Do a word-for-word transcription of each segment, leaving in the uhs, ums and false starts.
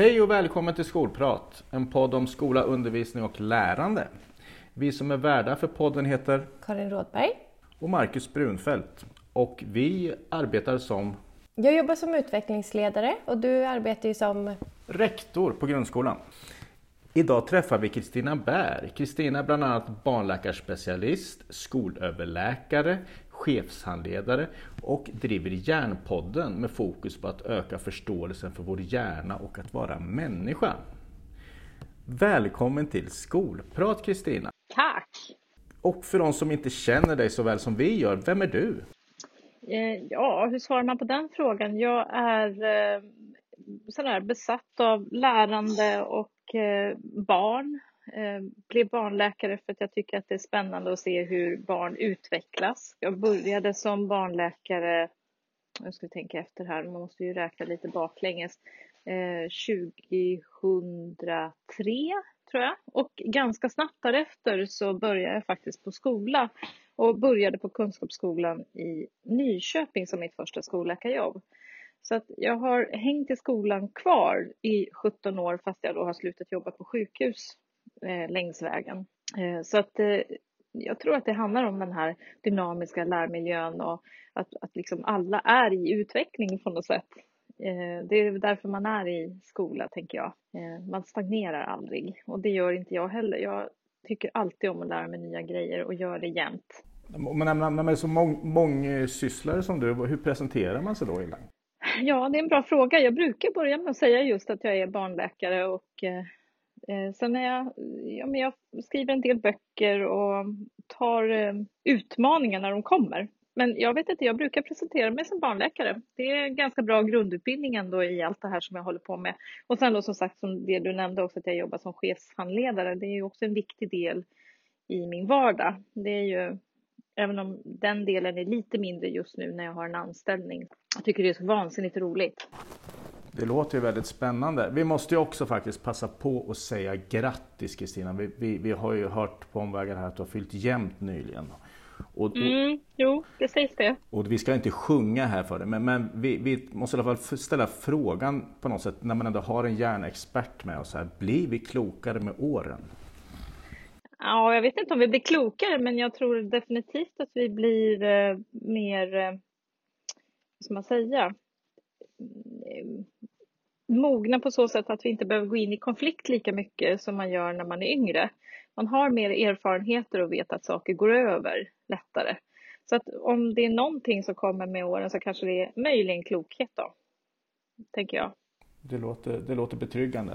Hej och välkommen till Skolprat, en podd om skola, undervisning och lärande. Vi som är värdar för podden heter Karin Rådberg och Marcus Brunfeldt. Och vi arbetar som... Jag jobbar som utvecklingsledare och du arbetar ju som... rektor på grundskolan. Idag träffar vi Kristina Bär. Kristina är bland annat barnläkarspecialist, skolöverläkare, chefshandledare och driver Hjärnpodden med fokus på att öka förståelsen för vår hjärna och att vara människa. Välkommen till Skolprat, Kristina. Tack! Och för de som inte känner dig så väl som vi gör, vem är du? Ja, hur svarar man på den frågan? Jag är eh, sådär besatt av lärande och eh, barn. Eh, blev barnläkare för att jag tycker att det är spännande att se hur barn utvecklas. Jag började som barnläkare, jag ska tänka efter här, man måste ju räkna lite baklänges, eh, tjugohundratre tror jag. Och ganska snabbt därefter så började jag faktiskt på skola och började på Kunskapsskolan i Nyköping som mitt första skolläkarjobb. Så att jag har hängt i skolan kvar i sjutton år fast jag då har slutat jobba på sjukhus eh, längs vägen. Eh, så att eh, jag tror att det handlar om den här dynamiska lärmiljön och att, att liksom alla är i utveckling på något sätt. Eh, det är därför man är i skola, tänker jag. Eh, man stagnerar aldrig och det gör inte jag heller. Jag tycker alltid om att lära mig nya grejer och gör det jämt. Men när man är så mång, mångsysslare som du, hur presenterar man sig då ibland? Ja, det är en bra fråga. Jag brukar börja med att säga just att jag är barnläkare och eh, sen är jag, ja, men jag skriver en del böcker och tar eh, utmaningar när de kommer. Men jag vet inte, jag brukar presentera mig som barnläkare. Det är en ganska bra grundutbildning ändå i allt det här som jag håller på med. Och sen då som sagt, som det du nämnde också, att jag jobbar som chefshandledare. Det är ju också en viktig del i min vardag. Det är ju, även om den delen är lite mindre just nu när jag har en anställning. Jag tycker det är så vansinnigt roligt. Det låter ju väldigt spännande. Vi måste ju också faktiskt passa på att säga grattis, Kristina. Vi, vi, vi har ju hört på omvägar här att du har fyllt jämnt nyligen. Och, och, mm, jo, det sägs det. Och vi ska inte sjunga här för det, men, men vi, vi måste i alla fall ställa frågan på något sätt när man ändå har en hjärnexpert med oss här. Blir vi klokare med åren? Ja, jag vet inte om vi blir klokare, men jag tror definitivt att vi blir eh, mer, eh, vad ska man säga, mogna på så sätt att vi inte behöver gå in i konflikt lika mycket som man gör när man är yngre. Man har mer erfarenheter och vet att saker går över lättare. Så att om det är någonting som kommer med åren så kanske det är möjligen klokhet då, tänker jag. Det låter, det låter betryggande.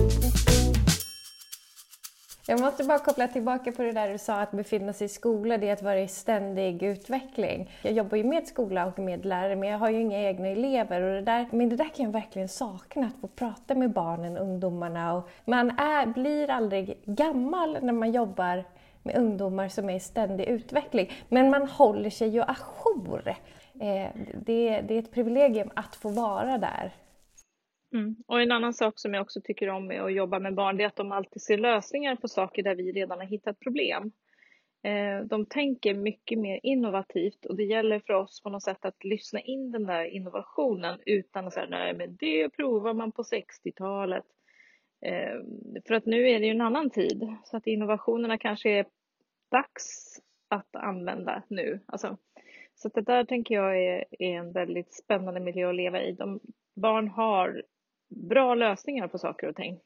Jag måste bara koppla tillbaka på det där du sa att befinna sig i skola, det är att vara i ständig utveckling. Jag jobbar ju med skola och med lärare, men jag har ju inga egna elever. Och det där, men det där kan jag verkligen sakna, att få prata med barnen, ungdomarna. Och man är, blir aldrig gammal när man jobbar med ungdomar som är i ständig utveckling. Men man håller sig ju ajour. Eh, det, det är ett privilegium att få vara där. Mm. Och en annan sak som jag också tycker om med att jobba med barn, det är att de alltid ser lösningar på saker där vi redan har hittat problem. Eh, de tänker mycket mer innovativt och det gäller för oss på något sätt att lyssna in den där innovationen utan att säga nej men det provar man på sextiotalet. Eh, för att nu är det ju en annan tid så att innovationerna kanske är dags att använda nu. Alltså, så att det där tänker jag är, är en väldigt spännande miljö att leva i. De, barn har bra lösningar på saker och ting.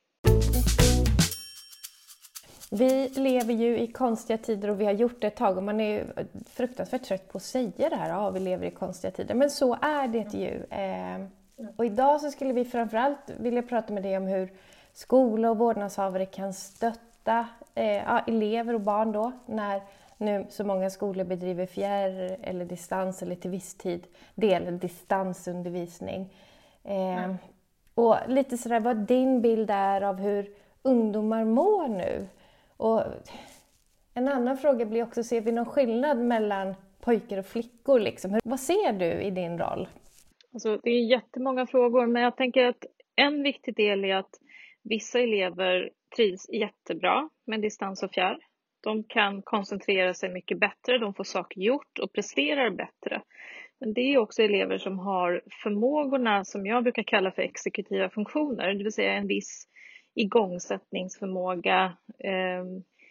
Vi lever ju i konstiga tider och vi har gjort det ett tag och man är ju fruktansvärt trött på att säga det här. Ja, vi lever i konstiga tider. Men så är det ju. Eh, och idag så skulle vi framförallt vilja prata med dig om hur skola och vårdnadshavare kan stötta eh, ja, elever och barn då när nu så många skolor bedriver fjärr eller distans eller till viss tid del distansundervisning. Eh, mm. Och lite sådär vad din bild är av hur ungdomar mår nu. Och en annan fråga blir också, ser vi någon skillnad mellan pojkar och flickor? Liksom? Vad ser du i din roll? Alltså, det är jättemånga frågor, men jag tänker att en viktig del är att vissa elever trivs jättebra med distans och fjärr. De kan koncentrera sig mycket bättre, de får saker gjort och presterar bättre. Men det är också elever som har förmågorna som jag brukar kalla för exekutiva funktioner, det vill säga en viss igångsättningsförmåga, eh,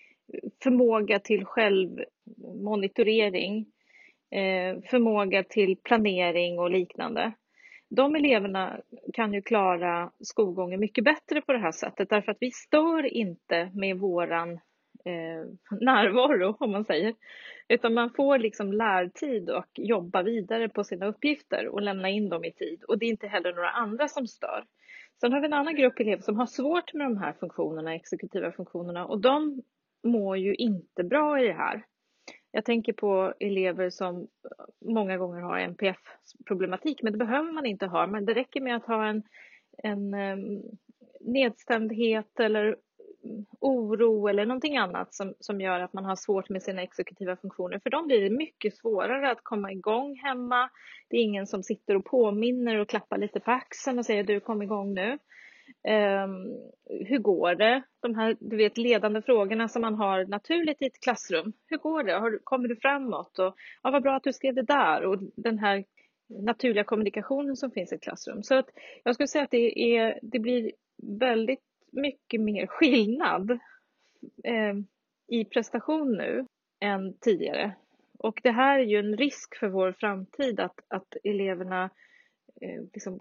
förmåga till självmonitorering, eh, förmåga till planering och liknande. De eleverna kan ju klara skolgången mycket bättre på det här sättet, därför att vi stör inte med våran eh, närvaro, om man säger, utan man får liksom lärtid och jobba vidare på sina uppgifter och lämna in dem i tid, och det är inte heller några andra som stör. Sen har vi en annan grupp elever som har svårt med de här funktionerna, exekutiva funktionerna, och de mår ju inte bra i det här. Jag tänker på elever som många gånger har N P F-problematik, men det behöver man inte ha. Men det räcker med att ha en, en um, nedstämdhet eller oro eller någonting annat som, som gör att man har svårt med sina exekutiva funktioner. För dem blir det mycket svårare att komma igång hemma. Det är ingen som sitter och påminner och klappar lite på axeln och säger du kom igång nu. Um, hur går det? De här du vet, ledande frågorna som man har naturligt i ett klassrum. Hur går det? Har, kommer du framåt? Och, ja, vad bra att du skrev det där. Och den här naturliga kommunikationen som finns i ett klassrum. Så att jag skulle säga att det, är, det blir väldigt mycket mer skillnad eh, i prestation nu än tidigare. Och det här är ju en risk för vår framtid att, att eleverna eh, liksom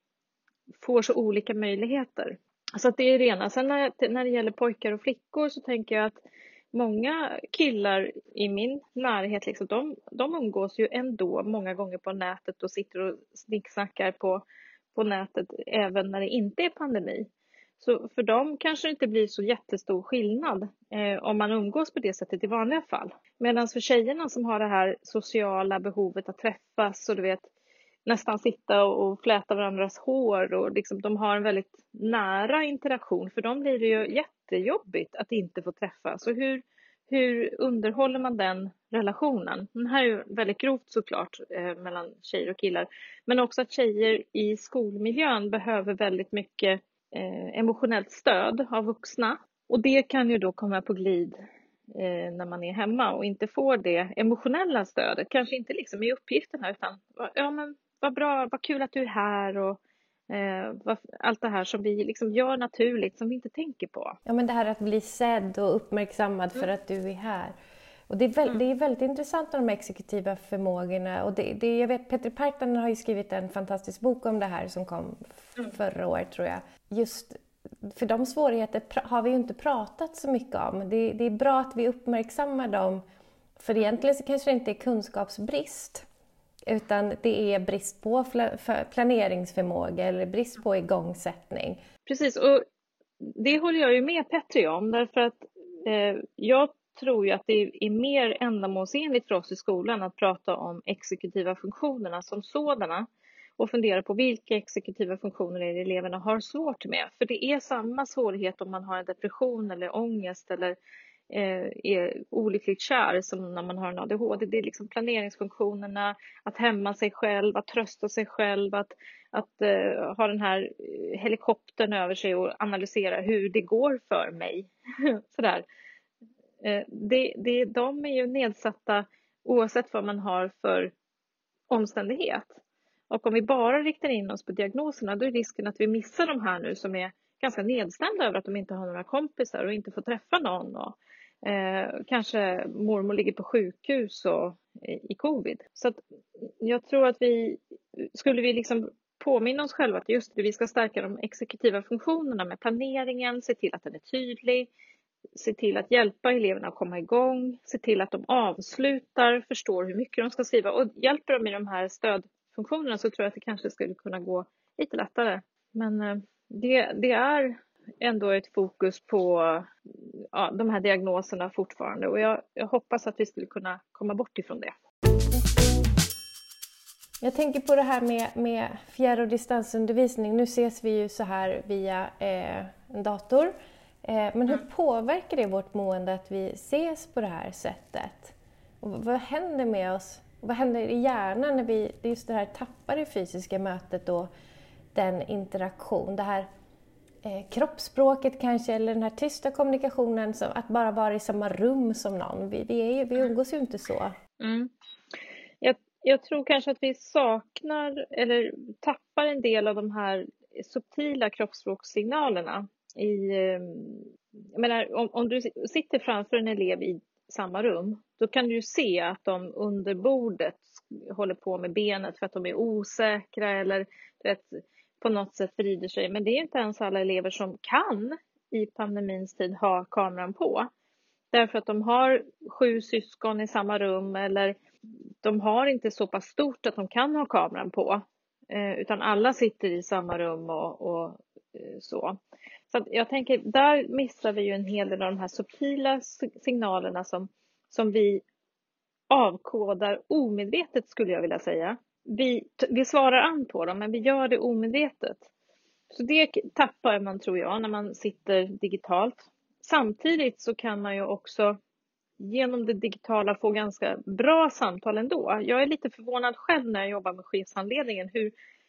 får så olika möjligheter. Så att det är det ena. Sen när, när det gäller pojkar och flickor så tänker jag att många killar i min närhet, liksom, de, de umgås ju ändå många gånger på nätet och sitter och snicksnackar på, på nätet även när det inte är pandemi. Så för dem kanske det inte blir så jättestor skillnad eh, om man umgås på det sättet i vanliga fall. Medan för tjejerna som har det här sociala behovet att träffas och du vet nästan sitta och fläta varandras hår och liksom, de har en väldigt nära interaktion. För dem blir det ju jättejobbigt att inte få träffas. Så hur, hur underhåller man den relationen? Den här är ju väldigt grovt såklart eh, mellan tjejer och killar. Men också att tjejer i skolmiljön behöver väldigt mycket eh, emotionellt stöd av vuxna. Och det kan ju då komma på glid eh, när man är hemma och inte får det emotionella stödet. Kanske inte liksom i uppgifterna utan ja men vad bra, vad kul att du är här och eh, vad, allt det här som vi liksom gör naturligt som vi inte tänker på. Ja, men det här att bli sedd och uppmärksammad mm. för att du är här. Och det är, väl, mm. det är väldigt intressant med de exekutiva förmågorna. Och det, det, jag vet, Petri Partanen har ju skrivit en fantastisk bok om det här som kom mm. förra året tror jag. Just för de svårigheter har vi ju inte pratat så mycket om. Det, det är bra att vi uppmärksammar dem. För egentligen så kanske det inte är kunskapsbrist. Utan det är brist på planeringsförmåga eller brist på igångsättning. Precis, och det håller jag ju med Petri om. Därför att eh, jag tror ju att det är mer ändamålsenligt för oss i skolan att prata om exekutiva funktionerna som sådana. Och fundera på vilka exekutiva funktioner är det eleverna har svårt med. För det är samma svårighet om man har en depression eller ångest eller är olyckligt kär som när man har en A D H D. Det är liksom planeringsfunktionerna, att hämma sig själv, att trösta sig själv, att, att uh, ha den här helikoptern över sig och analysera hur det går för mig. Sådär. Uh, det, det, de är ju nedsatta oavsett vad man har för omständighet. Och om vi bara riktar in oss på diagnoserna då är risken att vi missar de här nu som är ganska nedstämda över att de inte har några kompisar och inte får träffa någon. Och, eh, kanske mormor ligger på sjukhus och, i covid. Så att jag tror att vi skulle vi liksom påminna oss själva att just det, vi ska stärka de exekutiva funktionerna med planeringen, se till att den är tydlig, se till att hjälpa eleverna att komma igång, se till att de avslutar, förstår hur mycket de ska skriva och hjälper dem i de här stödfunktionerna så tror jag att det kanske skulle kunna gå lite lättare. Men eh, Det, det är ändå ett fokus på ja, de här diagnoserna fortfarande och jag, jag hoppas att vi skulle kunna komma bort ifrån det. Jag tänker på det här med, med fjärr- och distansundervisning. Nu ses vi ju så här via eh, en dator. Eh, men hur påverkar det vårt mående att vi ses på det här sättet? Och vad händer med oss? Vad händer i hjärnan när vi just det här tappar det fysiska mötet och den interaktion, det här eh, kroppsspråket kanske eller den här tysta kommunikationen, som att bara vara i samma rum som någon. Vi, vi, är ju, vi umgås ju inte så. Mm. Jag, Jag tror kanske att vi saknar eller tappar en del av de här subtila kroppsspråkssignalerna. I, eh, jag menar, om, om du sitter framför en elev i samma rum, då kan du ju se att de under bordet håller på med benet för att de är osäkra eller vet, på något sätt vrider sig. Men det är inte ens alla elever som kan i pandemins tid ha kameran på. Därför att de har sju syskon i samma rum eller de har inte så pass stort att de kan ha kameran på. Eh, utan alla sitter i samma rum och, och eh, så. Så att jag tänker, där missar vi ju en hel del av de här subtila signalerna som, som vi avkodar omedvetet, skulle jag vilja säga. Vi, vi svarar an på dem, men vi gör det omedvetet. Så det tappar man, tror jag, när man sitter digitalt. Samtidigt så kan man ju också genom det digitala få ganska bra samtal ändå. Jag är lite förvånad själv när jag jobbar med chefshandledningen hur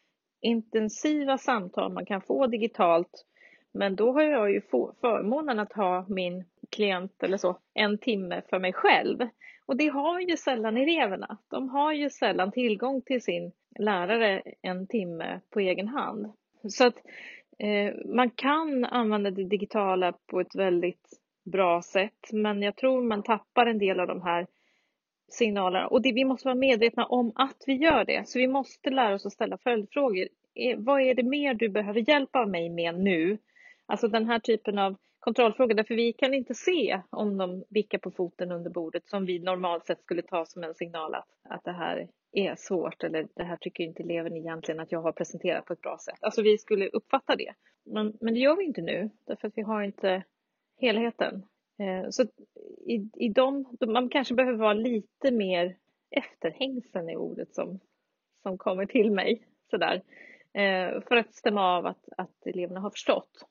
intensiva samtal man kan få digitalt. Men då har jag ju förmånen att ha min klient eller så en timme för mig själv. Och det har ju sällan eleverna. De har ju sällan tillgång till sin lärare en timme på egen hand. Så att eh, man kan använda det digitala på ett väldigt bra sätt. Men jag tror man tappar en del av de här signalerna. Och det, vi måste vara medvetna om att vi gör det. Så vi måste lära oss att ställa följdfrågor. Eh, vad är det mer du behöver hjälp av mig med nu? Alltså den här typen av kontrollfrågor. Därför vi kan inte se om de vickar på foten under bordet som vi normalt sett skulle ta som en signal att, att det här är svårt. Eller det här tycker inte eleven egentligen att jag har presenterat på ett bra sätt. Alltså vi skulle uppfatta det. Men, men det gör vi inte nu. Därför att vi har inte helheten. Eh, så i, i de, man kanske behöver vara lite mer efterhängsen i ordet som, som kommer till mig. Sådär. Eh, för att stämma av att, att eleverna har förstått.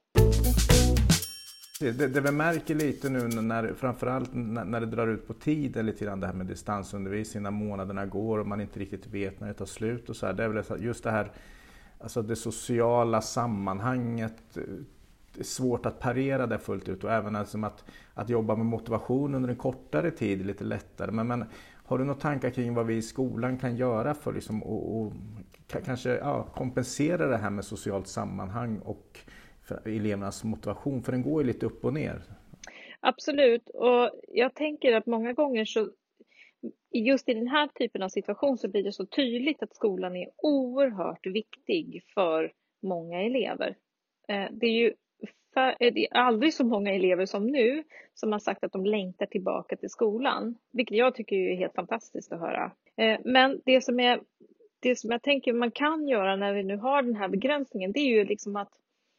Det, det vi märker lite nu när, framförallt när, när det drar ut på tiden lite grann det här med distansundervisning, när månaderna går och man inte riktigt vet när det tar slut och så här, det är väl just det här, alltså det sociala sammanhanget, det är svårt att parera det fullt ut och även alltså att, att jobba med motivation under en kortare tid är lite lättare. Men, men har du några tankar kring vad vi i skolan kan göra för liksom, och, och kanske ja, kompensera det här med socialt sammanhang och för elevernas motivation, för den går ju lite upp och ner. Absolut, och jag tänker att många gånger så just i den här typen av situation så blir det så tydligt att skolan är oerhört viktig för många elever. Det är ju för, det är aldrig så många elever som nu som har sagt att de längtar tillbaka till skolan, vilket jag tycker är helt fantastiskt att höra. Men det som, är, det som jag tänker man kan göra när vi nu har den här begränsningen, det är ju liksom att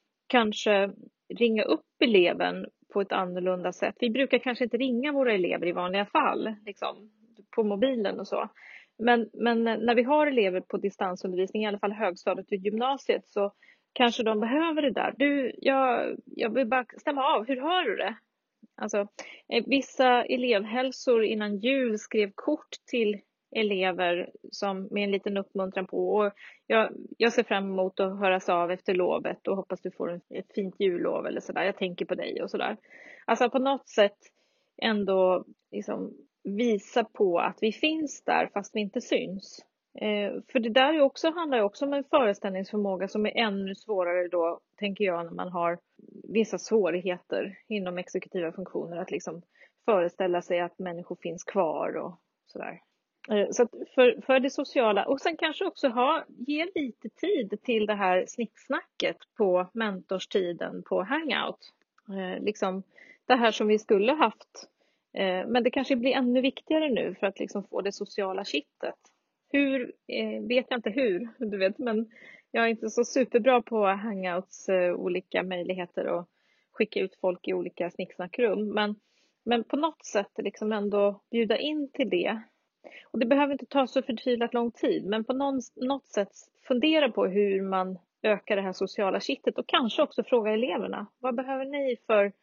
kanske ringa upp eleven på ett annorlunda sätt. Vi brukar kanske inte ringa våra elever i vanliga fall, liksom, på mobilen och så. Men, men när vi har elever på distansundervisning, i alla fall högstadiet och gymnasiet, så kanske de behöver det där. Du, jag, jag vill bara stämma av, hur hör du det? Alltså, vissa elevhälsor innan jul skrev kort till elever som med en liten uppmuntran på, och jag, jag ser fram emot att höras av efter lovet och hoppas du får en, ett fint jullov eller sådär, jag tänker på dig och sådär. Alltså på något sätt ändå liksom visa på att vi finns där fast vi inte syns. Eh, för det där är också, handlar ju också om en föreställningsförmåga som är ännu svårare då, tänker jag, när man har vissa svårigheter inom exekutiva funktioner att liksom föreställa sig att människor finns kvar och sådär. Så att för, för det sociala, och sen kanske också ha, ge lite tid till det här snicksnacket på mentorstiden på Hangout. Eh, liksom det här som vi skulle haft, eh, men det kanske blir ännu viktigare nu för att liksom få det sociala kittet. Hur, eh, vet jag inte hur, du vet, men jag är inte så superbra på Hangouts eh, olika möjligheter att skicka ut folk i olika snicksnackrum. Men, men på något sätt liksom ändå bjuda in till det. Och det behöver inte ta så förtvivlat lång tid, men på någon, något sätt fundera på hur man ökar det här sociala kittet och kanske också fråga eleverna. Vad behöver ni för,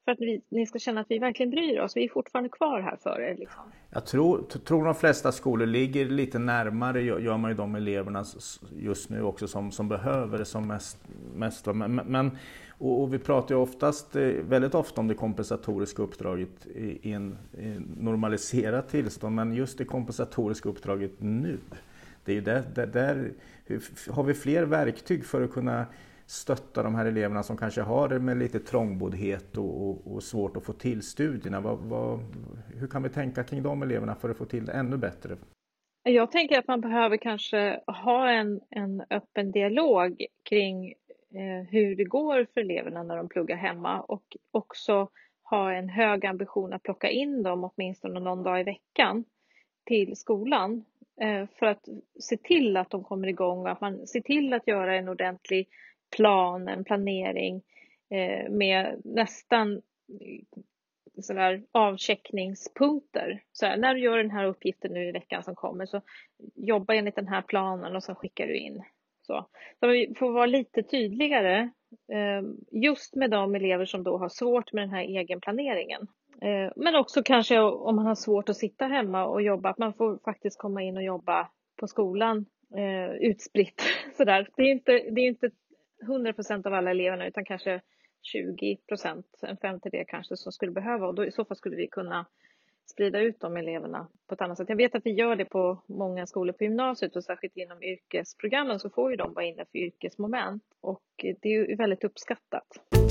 för att vi, ni ska känna att vi verkligen bryr oss. Vi är fortfarande kvar här för er. Liksom. Jag tror, tror de flesta skolor ligger lite närmare, gör man ju de eleverna just nu också som, som behöver det som mest. mest men, men, och, och vi pratar ju oftast, väldigt ofta om det kompensatoriska uppdraget i, i en i normaliserat tillstånd, men just det kompensatoriska uppdraget nu. Det är ju där, där, där har vi fler verktyg för att kunna stötta de här eleverna som kanske har det med lite trångboddhet och, och, och svårt att få till studierna. Vad, vad, hur kan vi tänka kring de eleverna för att få till det ännu bättre? Jag tänker att man behöver kanske ha en, en öppen dialog kring eh, hur det går för eleverna när de pluggar hemma och också ha en hög ambition att plocka in dem åtminstone någon dag i veckan till skolan eh, för att se till att de kommer igång och att man ser till att göra en ordentlig plan, en planering eh, med nästan sådär avcheckningspunkter. Så här, när du gör den här uppgiften nu i veckan som kommer så jobba enligt den här planen och så skickar du in. Så, så vi får vara lite tydligare eh, just med de elever som då har svårt med den här egenplaneringen. Eh, men också kanske om man har svårt att sitta hemma och jobba, att man får faktiskt komma in och jobba på skolan eh, utspritt. Sådär. Det är inte, det är inte hundra procent av alla eleverna utan kanske tjugo procent, en femtedel kanske som skulle behöva och då i så fall skulle vi kunna sprida ut de eleverna på ett annat sätt. Jag vet att vi gör det på många skolor på gymnasiet och särskilt inom yrkesprogrammen så får ju de vara inne för yrkesmoment och det är ju väldigt uppskattat.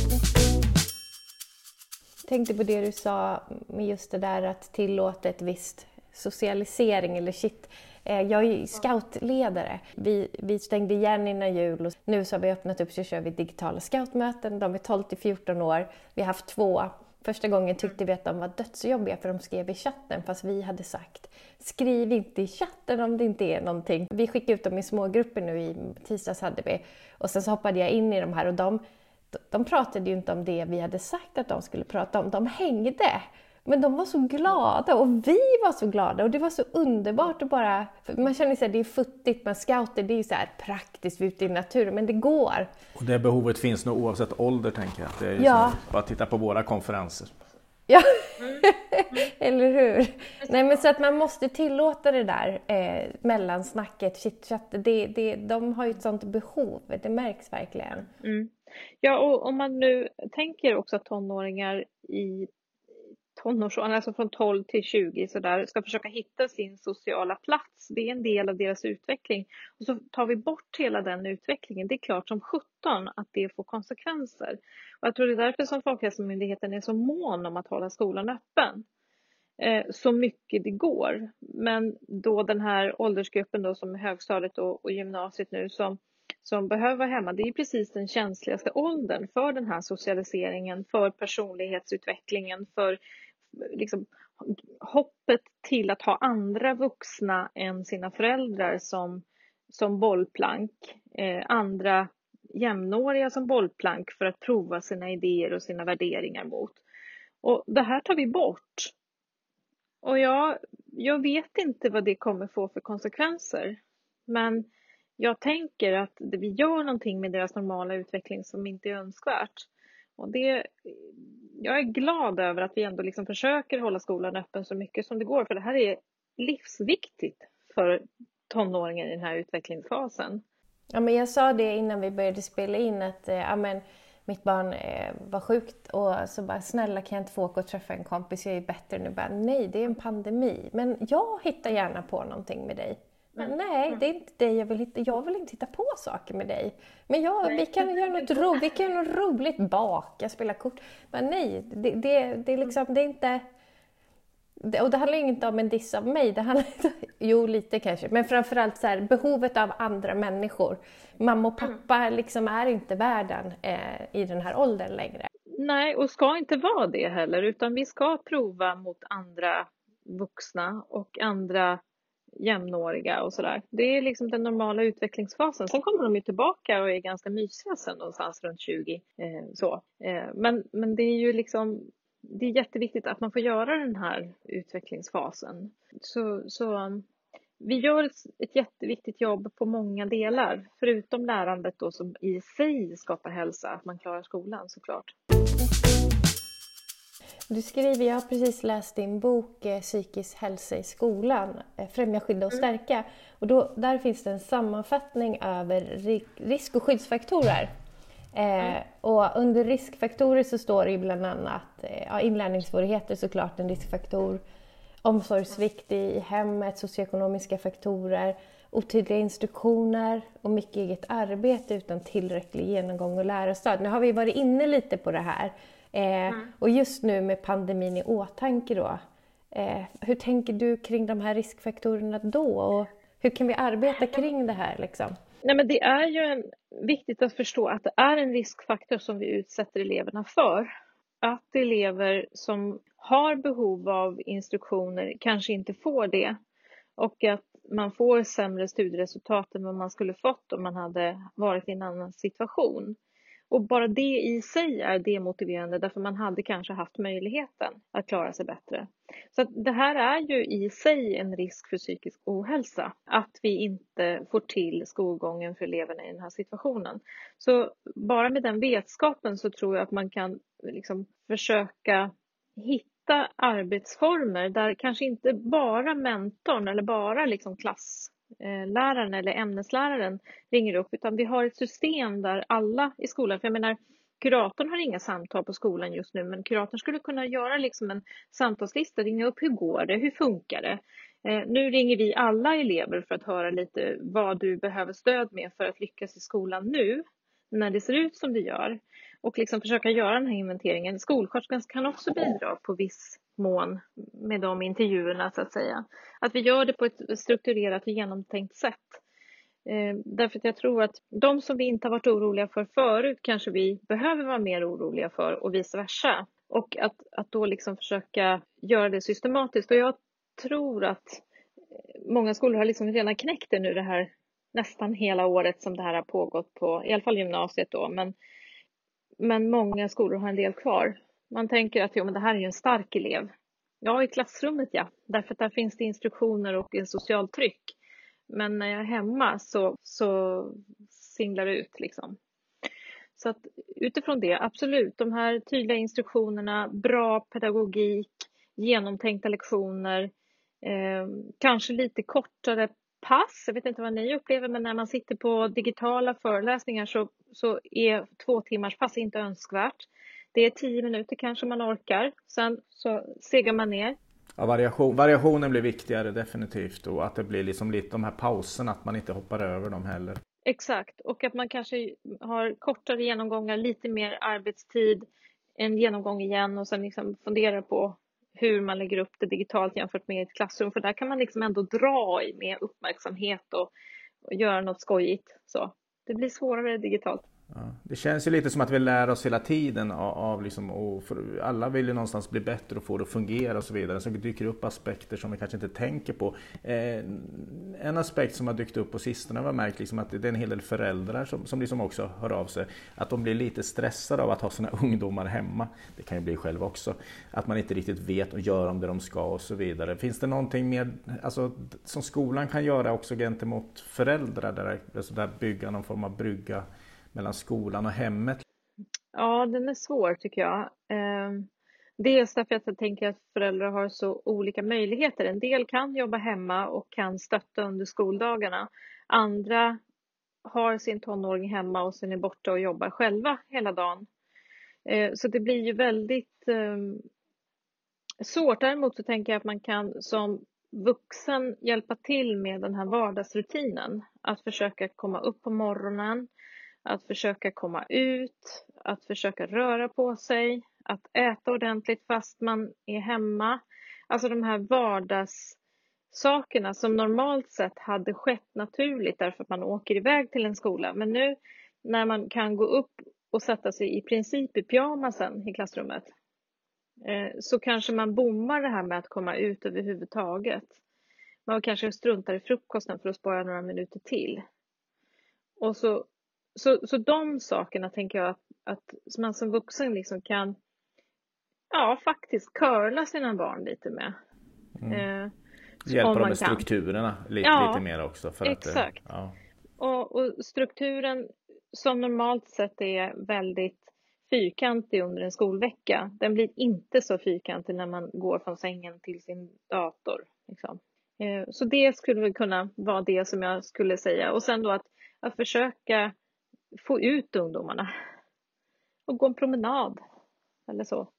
Jag tänkte på det du sa med just det där att tillåta ett visst socialisering eller shit. Jag är scoutledare. Vi, vi stängde igen innan jul och nu så har vi öppnat upp så kör vi digitala scoutmöten. De är tolv till fjorton år. Vi har haft två. Första gången tyckte vi att de var dödsjobbiga för de skrev i chatten fast vi hade sagt skriv inte i chatten om det inte är någonting. Vi skickade ut dem i små grupper nu i tisdags hade vi och sen så hoppade jag in i de här och de, de pratade ju inte om det vi hade sagt att de skulle prata om. De hängde. Men de var så glada och vi var så glada och det var så underbart att bara, man känner sig att det är futtigt med scouter, det är ju så här praktiskt ute i naturen men det går. Och det behovet finns nog oavsett ålder tänker jag, det är ju ja. som, bara titta på våra konferenser. Ja, eller hur? Nej men så att man måste tillåta det där eh, mellansnacket, chitchat, det, det, de har ju ett sånt behov, det märks verkligen. Mm. Ja och om man nu tänker också att tonåringar i tonårsåldern, alltså från tolv till tjugo så där, ska försöka hitta sin sociala plats. Det är en del av deras utveckling. Och så tar vi bort hela den utvecklingen. Det är klart som sjutton att det får konsekvenser. Och jag tror det är därför som Folkhälsomyndigheten är så mån om att hålla skolan öppen. Eh, så mycket det går. Men då den här åldersgruppen då som är högstadiet och, och gymnasiet nu som som behöver vara hemma, det är precis den känsligaste åldern för den här socialiseringen, för personlighetsutvecklingen, för liksom, hoppet till att ha andra vuxna än sina föräldrar som, som bollplank, eh, andra jämnåriga som bollplank för att prova sina idéer och sina värderingar mot. Och det här tar vi bort. Och jag, jag vet inte vad det kommer få för konsekvenser, men jag tänker att vi gör någonting med deras normala utveckling som inte är önskvärt. Och det, jag är glad över att vi ändå liksom försöker hålla skolan öppen så mycket som det går. För det här är livsviktigt för tonåringar i den här utvecklingsfasen. Ja, men jag sa det innan vi började spela in att ja, men, mitt barn eh, var sjukt. Och så bara, snälla kan jag inte få åka och träffa en kompis, jag är bättre nu. Bara, nej, det är en pandemi. Men jag hittar gärna på någonting med dig. Men nej, det är inte det jag vill hitta. Jag vill inte hitta på saker med dig. Men ja, vi kan göra något roligt. Vi kan göra något roligt, baka, spela kort. Men nej, det, det, det är liksom, det är inte... Det, och det handlar inte om en diss av mig. Det handlar inte, jo, lite kanske. Men framförallt så här, behovet av andra människor. Mamma och pappa liksom är inte världen eh, i den här åldern längre. Nej, och ska inte vara det heller. Utan vi ska prova mot andra vuxna och andra jämnåriga och sådär. Det är liksom den normala utvecklingsfasen. Sen kommer de ju tillbaka och är ganska mysiga sen någonstans runt tjugo. Eh, så. Eh, men, men det är ju liksom, det är jätteviktigt att man får göra den här utvecklingsfasen. Så, så um, vi gör ett, ett jätteviktigt jobb på många delar. Förutom lärandet då som i sig skapar hälsa, att man klarar skolan såklart. Du skriver, jag har precis läst din bok eh, Psykisk hälsa i skolan, eh, Främja, skydda och stärka. Och då, där finns det en sammanfattning över ri- risk- och skyddsfaktorer. Eh, mm. Och under riskfaktorer så står det ju bland annat eh, ja, inlärningssvårigheter, såklart en riskfaktor, omsorgssvikt i hemmet, socioekonomiska faktorer, otydliga instruktioner och mycket eget arbete utan tillräcklig genomgång och lärarstöd. Nu har vi varit inne lite på det här. Eh, mm. Och just nu med pandemin i åtanke då, eh, hur tänker du kring de här riskfaktorerna då? Och hur kan vi arbeta kring det här liksom? Nej, men det är ju en, viktigt att förstå att det är en riskfaktor som vi utsätter eleverna för. Att elever som har behov av instruktioner kanske inte får det. Och att man får sämre studieresultat än vad man skulle fått om man hade varit i en annan situation. Och bara det i sig är demotiverande därför man hade kanske haft möjligheten att klara sig bättre. Så att det här är ju i sig en risk för psykisk ohälsa. Att vi inte får till skolgången för eleverna i den här situationen. Så bara med den vetskapen så tror jag att man kan liksom försöka hitta arbetsformer där kanske inte bara mentorn eller bara liksom klass läraren eller ämnesläraren ringer upp, utan vi har ett system där alla i skolan, för jag menar kuratorn har inga samtal på skolan just nu, men kuratorn skulle kunna göra liksom en samtalslista, ringa upp hur går det, hur funkar det, eh, nu ringer vi alla elever för att höra lite vad du behöver stöd med för att lyckas i skolan nu när det ser ut som det gör, och liksom försöka göra den här inventeringen. Skolsköterskan kan också bidra på viss mån med de intervjuerna så att säga. Att vi gör det på ett strukturerat och genomtänkt sätt. Eh, därför att jag tror att de som vi inte har varit oroliga för förut kanske vi behöver vara mer oroliga för och vice versa. Och att, att då liksom försöka göra det systematiskt. Och jag tror att många skolor har liksom redan knäckt det nu det här nästan hela året som det här har pågått på, i alla fall gymnasiet då. Men, men många skolor har en del kvar. Man tänker att jo, men det här är ju en stark elev. Ja, i klassrummet ja. Därför att där finns det instruktioner och en social tryck. Men när jag är hemma så, så singlar det ut liksom. Så att utifrån det, absolut. De här tydliga instruktionerna, bra pedagogik, genomtänkta lektioner. Eh, kanske lite kortare pass. Jag vet inte vad ni upplever, men när man sitter på digitala föreläsningar så, så är två timmars pass inte önskvärt. Det är tio minuter kanske man orkar. Sen så segar man ner. Ja, variation, variationen blir viktigare definitivt. Och att det blir liksom lite de här pauserna, att man inte hoppar över dem heller. Exakt. Och att man kanske har kortare genomgångar, lite mer arbetstid. En genomgång igen och sen liksom fundera på hur man lägger upp det digitalt jämfört med ett klassrum. För där kan man liksom ändå dra i med uppmärksamhet och, och göra något skojigt. Så det blir svårare digitalt. Ja, det känns ju lite som att vi lär oss hela tiden av, av liksom, och för, alla vill ju någonstans bli bättre och få det att fungera och så vidare. Så det dyker upp aspekter som vi kanske inte tänker på. Eh, en aspekt som har dykt upp på sistone var märkt liksom att det är en hel del föräldrar som, som liksom också hör av sig. Att de blir lite stressade av att ha sina ungdomar hemma. Det kan ju bli själv också. Att man inte riktigt vet och gör om det de ska och så vidare. Finns det någonting mer alltså, som skolan kan göra också gentemot föräldrar? Där, alltså där bygga någon form av brygga mellan skolan och hemmet? Ja, den är svår tycker jag. Eh, dels därför att jag tänker att föräldrar har så olika möjligheter. En del kan jobba hemma och kan stötta under skoldagarna. Andra har sin tonåring hemma och sen är borta och jobbar själva hela dagen. Eh, så det blir ju väldigt eh, svårt. Däremot så tänker jag att man kan som vuxen hjälpa till med den här vardagsrutinen. Att försöka komma upp på morgonen. Att försöka komma ut, att försöka röra på sig, att äta ordentligt fast man är hemma. Alltså de här vardagssakerna som normalt sett hade skett naturligt därför att man åker iväg till en skola. Men nu när man kan gå upp och sätta sig i princip i pyjamasen i klassrummet så kanske man bommar det här med att komma ut överhuvudtaget. Man kanske struntar i frukosten för att spara några minuter till. Och så Så, så de sakerna tänker jag att, att man som vuxen liksom kan ja, faktiskt curla sina barn lite med. Mm. Eh, Hjälpa dem med strukturerna lite, ja, lite mer också. För exakt. Att, ja. och, och strukturen som normalt sett är väldigt fyrkantig under en skolvecka. Den blir inte så fyrkantig när man går från sängen till sin dator. Liksom. Så det skulle väl kunna vara det som jag skulle säga. Och sen då att, att försöka få ut ungdomarna och gå en promenad eller så.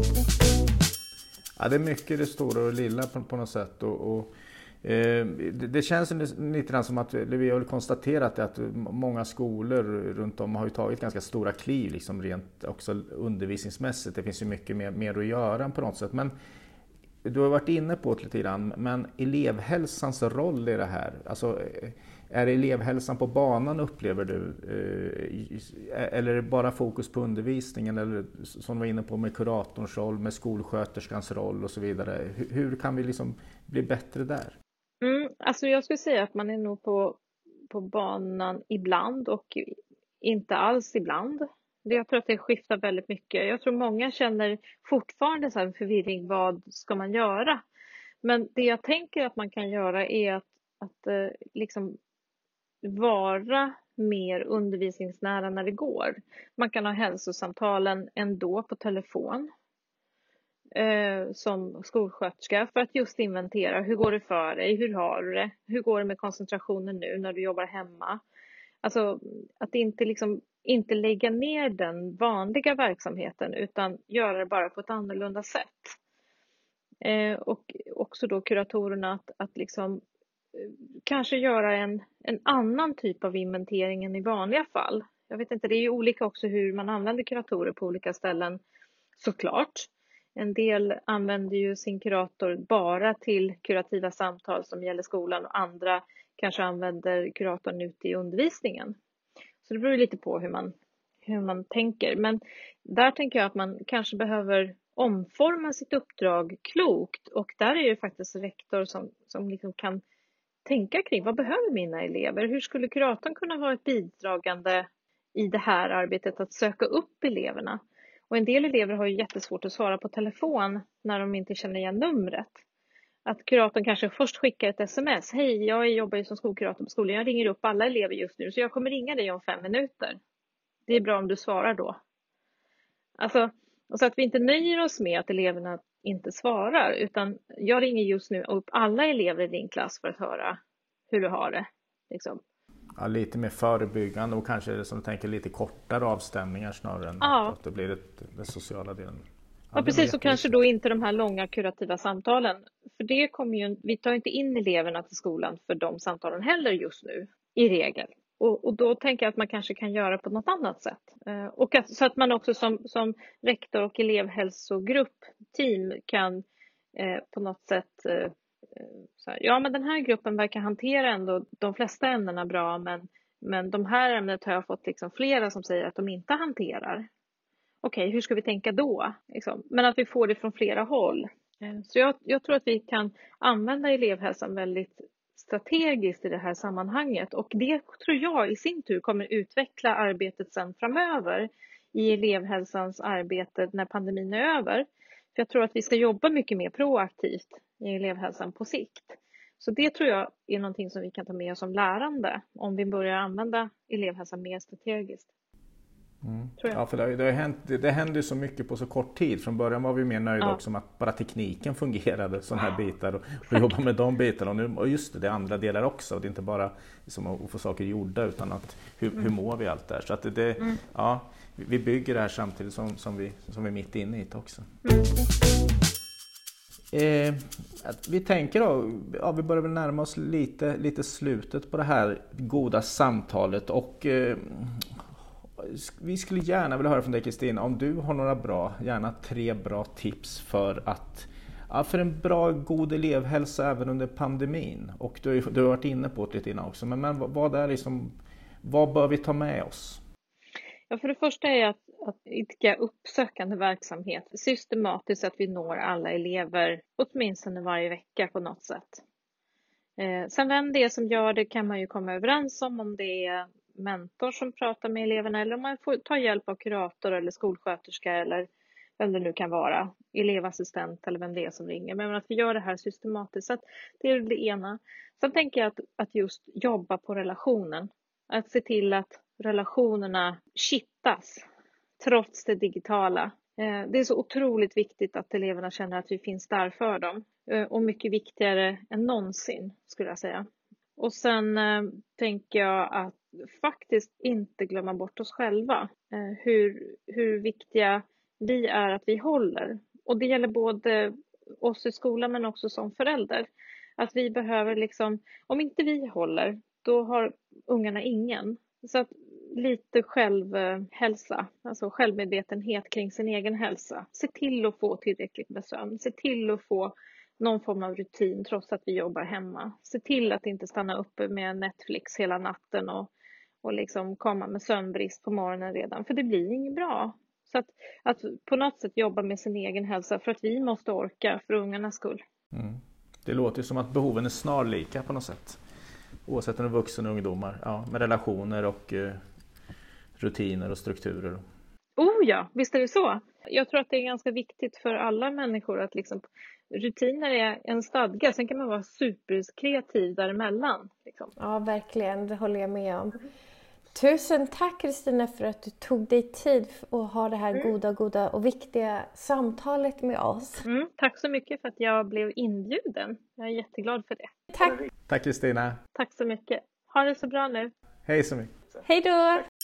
Ja, det är mycket det stora och lilla på, på något sätt. Och, och eh, det, det känns lite grann som att vi har konstaterat att många skolor runt om har ju tagit ganska stora kliv liksom rent också undervisningsmässigt. Det finns ju mycket mer, mer att göra på något sätt. Men du har varit inne på det lite grann, men elevhälsans roll i det här, alltså är elevhälsan på banan upplever du, eller är det bara fokus på undervisningen, eller som du var inne på med kuratorns roll, med skolsköterskans roll och så vidare, hur kan vi liksom bli bättre där? Mm, alltså jag skulle säga att man är nog på, på banan ibland och inte alls ibland. Jag tror att det skiftar väldigt mycket. Jag tror många känner fortfarande så här förvirring, vad ska man göra? Men det jag tänker att man kan göra är att, att eh, liksom vara mer undervisningsnära när det går. Man kan ha hälsosamtalen ändå på telefon eh, som skolsköterska för att just inventera. Hur går det för dig? Hur har du det? Hur går det med koncentrationen nu när du jobbar hemma? Alltså att inte liksom inte lägga ner den vanliga verksamheten utan göra det bara på ett annorlunda sätt. Eh, och också då kuratorerna att, att liksom eh, kanske göra en, en annan typ av inventering än i vanliga fall. Jag vet inte, det är ju olika också hur man använder kuratorer på olika ställen såklart. En del använder ju sin kurator bara till kurativa samtal som gäller skolan och andra kanske använder kuratorn ute i undervisningen. Så det beror lite på hur man, hur man tänker. Men där tänker jag att man kanske behöver omforma sitt uppdrag klokt. Och där är det faktiskt rektor som, som liksom kan tänka kring vad behöver mina elever? Hur skulle kuratorn kunna vara ett bidragande i det här arbetet att söka upp eleverna? Och en del elever har ju jättesvårt att svara på telefon när de inte känner igen numret. Att kuratorn kanske först skickar ett sms. Hej, jag jobbar ju som skolkurator på skolan. Jag ringer upp alla elever just nu så jag kommer ringa dig om fem minuter. Det är bra om du svarar då. Alltså, så att vi inte nöjer oss med att eleverna inte svarar. Utan jag ringer just nu upp alla elever i din klass för att höra hur du har det. Liksom. Ja, lite mer förebyggande och kanske som du tänker lite kortare avstämningar snarare än ja. att det blir det, den sociala delen. Ja, precis, och kanske då inte de här långa kurativa samtalen. För det kommer ju, vi tar inte in eleverna till skolan för de samtalen heller just nu, i regel. Och, och då tänker jag att man kanske kan göra på något annat sätt. Eh, och att, så att man också som, som rektor och elevhälsogrupp, team, kan eh, på något sätt... Eh, så här, ja, men den här gruppen verkar hantera ändå de flesta ämnena bra, men, men de här ämnet har jag fått liksom flera som säger att de inte hanterar. Okej, hur ska vi tänka då? Liksom. Men att vi får det från flera håll. Så jag, jag tror att vi kan använda elevhälsan väldigt strategiskt i det här sammanhanget. Och det tror jag i sin tur kommer utveckla arbetet sen framöver i elevhälsans arbete när pandemin är över. För jag tror att vi ska jobba mycket mer proaktivt i elevhälsan på sikt. Så det tror jag är någonting som vi kan ta med oss som lärande om vi börjar använda elevhälsan mer strategiskt. Mm. Ja, för det, det, har hänt, det, det händer så mycket på så kort tid. Från början var vi mer nöjda ja. också med att bara tekniken fungerade, sådana här bitar, och, och jobba med de bitarna. Och, nu, och just det, det är andra delar också. Det är inte bara liksom att få saker gjorda utan att hur, mm. hur mår vi allt där. Så att det, det, mm. ja, vi bygger det här samtidigt som, som, vi, som vi är mitt inne i det också. Mm. Eh, vi tänker då, ja, vi börjar väl närma oss lite, lite slutet på det här goda samtalet och eh, vi skulle gärna vilja höra från dig, Kristina, om du har några bra, gärna tre bra tips för att ja, för en bra, god elevhälsa även under pandemin. Och du, du har varit inne på det lite innan också, men, men vad, är liksom, vad bör vi ta med oss? Ja, för det första är att, att idka uppsökande verksamhet systematiskt så att vi når alla elever åtminstone varje vecka på något sätt. Eh, sen vem det är som gör det kan man ju komma överens om, om det är mentor som pratar med eleverna eller om man får ta hjälp av kurator eller skolsköterska eller vem det nu kan vara, elevassistent eller vem det är som ringer. Men att vi gör det här systematiskt, så att det är det ena. Sen tänker jag att, att just jobba på relationen. Att se till att relationerna kittas trots det digitala. Det är så otroligt viktigt att eleverna känner att vi finns där för dem. Och mycket viktigare än någonsin, skulle jag säga. Och sen eh, tänker jag att faktiskt inte glömma bort oss själva. Eh, hur, hur viktiga vi är att vi håller. Och det gäller både oss i skolan men också som förälder. Att vi behöver liksom, om inte vi håller, då har ungarna ingen. Så att lite självhälsa, alltså självmedvetenhet kring sin egen hälsa. Se till att få tillräckligt med sömn. Se till att få någon form av rutin trots att vi jobbar hemma. Se till att inte stanna uppe med Netflix hela natten och, och liksom komma med sömnbrist på morgonen redan. För det blir inget bra. Så att, att på något sätt jobba med sin egen hälsa för att vi måste orka för ungarnas skull. Mm. Det låter som att behoven är snarlika på något sätt. Oavsett om det är vuxna och ungdomar. Ja, med relationer och eh, rutiner och strukturer. Oh ja, visst är det så. Jag tror att det är ganska viktigt för alla människor att liksom, rutiner är en stadga. Sen kan man vara superkreativ däremellan. Liksom. Ja, verkligen. Det håller jag med om. Tusen tack Kristina för att du tog dig tid att ha det här mm. goda, goda och viktiga samtalet med oss. Mm, tack så mycket för att jag blev inbjuden. Jag är jätteglad för det. Tack. Tack Kristina. Tack så mycket. Ha det så bra nu. Hej så mycket. Hej då.